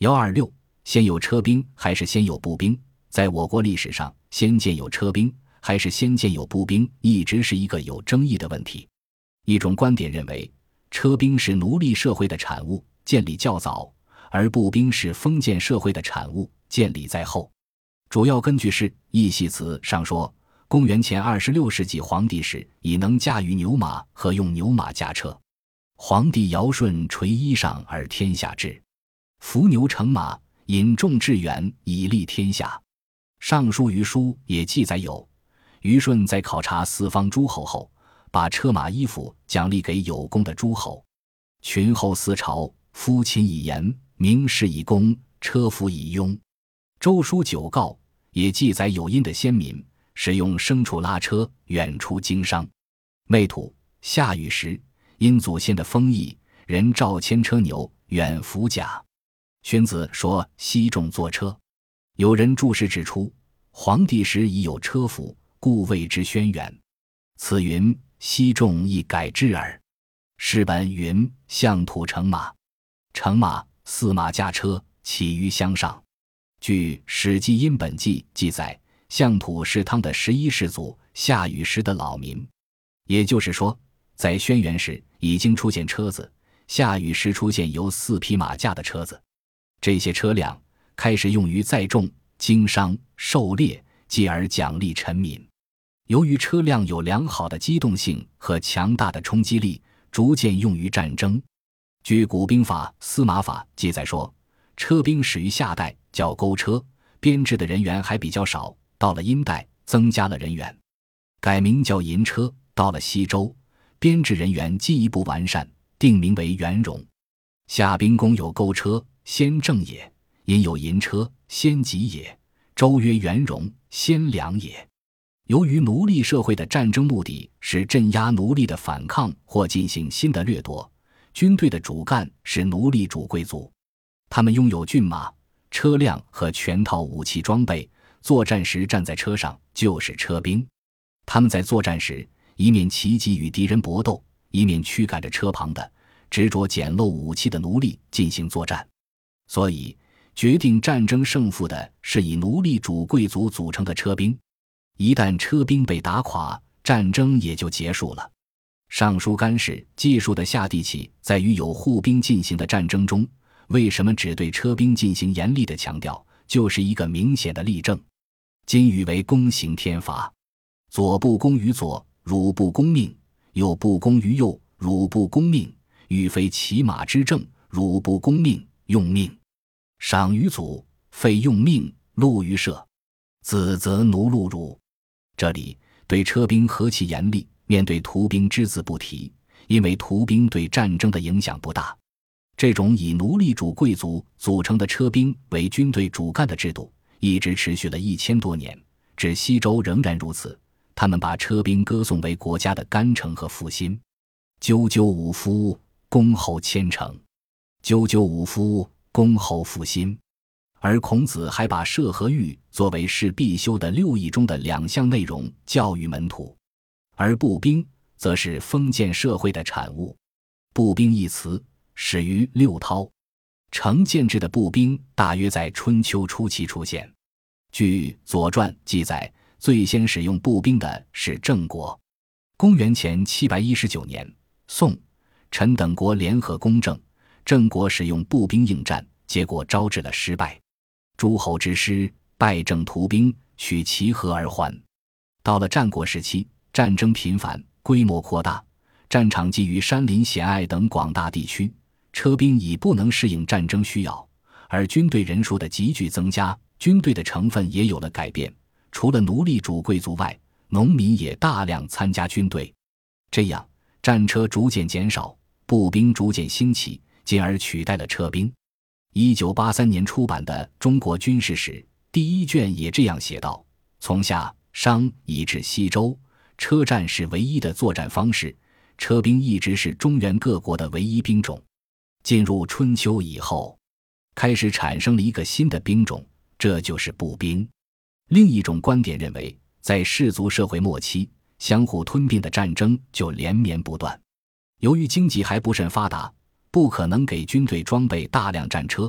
126先有车兵还是先有步兵？在我国历史上，先建有车兵还是先建有步兵，一直是一个有争议的问题。一种观点认为，车兵是奴隶社会的产物，建立较早，而步兵是封建社会的产物，建立在后。主要根据是《义系词》上说，公元前26世纪皇帝时已能驾驭牛马和用牛马驾车。皇帝尧舜垂衣裳而天下治，伏牛乘马，引众致远，以利天下。尚书虞书也记载有，虞舜在考察四方诸侯后，把车马衣服奖励给有功的诸侯。群后思朝，夫秦以言，明士以功，车服以庸。周书九诰也记载有殷的先民使用牲畜拉车远出经商。未土夏禹时，殷祖先的封邑，人召牵车牛远服甲。荀子说西仲坐车。有人注释指出，黄帝时已有车服，故谓之轩辕。此云西仲亦改之耳。释本云相土乘马，乘马驷马驾车，起于乡上。据《史记殷本纪》记载，相土是汤的11世祖夏禹时的老民。也就是说，在轩辕时已经出现车子，夏禹时出现由4匹马驾的车子。这些车辆开始用于载重、经商、狩猎，继而奖励臣民。由于车辆有良好的机动性和强大的冲击力，逐渐用于战争。据《古兵法·司马法》记载说，车兵始于夏代，叫钩车，编制的人员还比较少，到了殷代增加了人员，改名叫银车，到了西周，编制人员进一步完善，定名为元戎。夏兵公有钩车，先正也；殷有银车，先吉也；周曰元戎，先良也。由于奴隶社会的战争目的是镇压奴隶的反抗或进行新的掠夺，军队的主干是奴隶主贵族，他们拥有骏马、车辆和全套武器装备，作战时站在车上就是车兵。他们在作战时一面骑骑与敌人搏斗，一面驱赶着车旁的执着简陋武器的奴隶进行作战。所以决定战争胜负的是以奴隶主贵族组成的车兵。一旦车兵被打垮，战争也就结束了。尚书干氏记述的夏帝起在与有护兵进行的战争中，为什么只对车兵进行严厉的强调，就是一个明显的例证。今语为公行天罚，左不攻于左，汝不攻命；右不攻于右，汝不攻命。欲非骑马之政，汝不攻命，用命。赏于祖，废用命，戮于社，子则奴戮汝。这里对车兵何其严厉，面对徒兵只字不提，因为徒兵对战争的影响不大。这种以奴隶主贵族组成的车兵为军队主干的制度，一直持续了1000多年，至西周仍然如此。他们把车兵歌颂为国家的干城和复兴。赳赳武夫，恭候千乘；赳赳武夫，恭候复兴。而孔子还把射和御作为是必修的6艺中的2项内容教育门徒，而步兵则是封建社会的产物。步兵一词始于六韬，成建制的步兵大约在春秋初期出现。据《左传》记载，最先使用步兵的是郑国。公元前719年，宋、陈等国联合攻郑，郑国使用步兵应战，结果招致了失败。诸侯之师败郑屠兵，取其和而还。到了战国时期，战争频繁，规模扩大，战场基于山林险隘等广大地区，车兵已不能适应战争需要，而军队人数的急剧增加，军队的成分也有了改变，除了奴隶主贵族外，农民也大量参加军队。这样，战车逐渐减少，步兵逐渐兴起，进而取代了车兵。1983年出版的《中国军事史》第1卷也这样写道：从夏、商以至西周，车战是唯一的作战方式，车兵一直是中原各国的唯一兵种。进入春秋以后，开始产生了一个新的兵种，这就是步兵。另一种观点认为，在氏族社会末期，相互吞并的战争就连绵不断。由于经济还不甚发达，不可能给军队装备大量战车，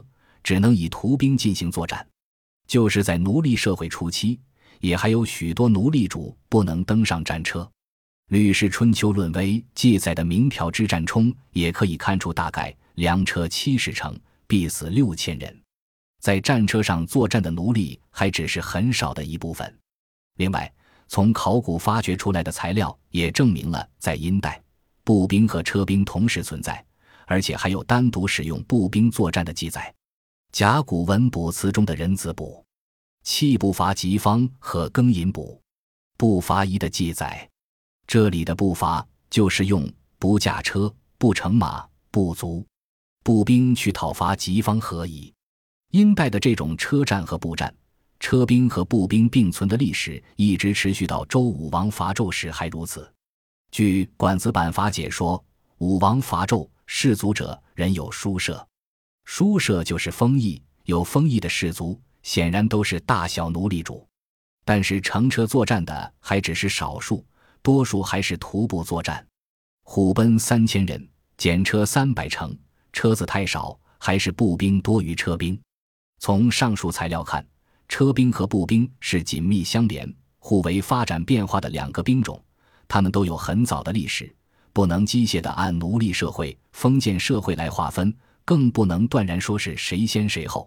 只能以徒兵进行作战。就是在奴隶社会初期，也还有许多奴隶主不能登上战车。《吕氏春秋论威》记载的明条之战冲也可以看出，大概粮车70乘，必死6000人。在战车上作战的奴隶还只是很少的一部分。另外，从考古发掘出来的材料也证明了，在殷代，步兵和车兵同时存在，而且还有单独使用步兵作战的记载。甲骨文卜辞中的人字卜、弃步伐疾方和庚寅卜、步伐仪的记载，这里的步伐就是用不驾车、不乘马、不卒步兵去讨伐疾方何矣。殷代的这种车战和步战，车兵和步兵并存的历史一直持续到周武王伐纣时还如此。据管子版法解说，武王伐纣，士卒者人有书舍，书舍就是封邑，有封邑的士卒显然都是大小奴隶主。但是乘车作战的还只是少数，多数还是徒步作战。虎贲3000人，减车300乘，车子太少，还是步兵多于车兵。从上述材料看，车兵和步兵是紧密相连、互为发展变化的两个兵种，他们都有很早的历史，不能机械地按奴隶社会、封建社会来划分，更不能断然说是谁先谁后。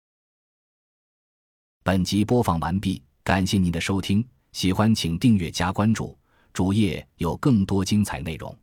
本集播放完毕，感谢您的收听，喜欢请订阅加关注，主页有更多精彩内容。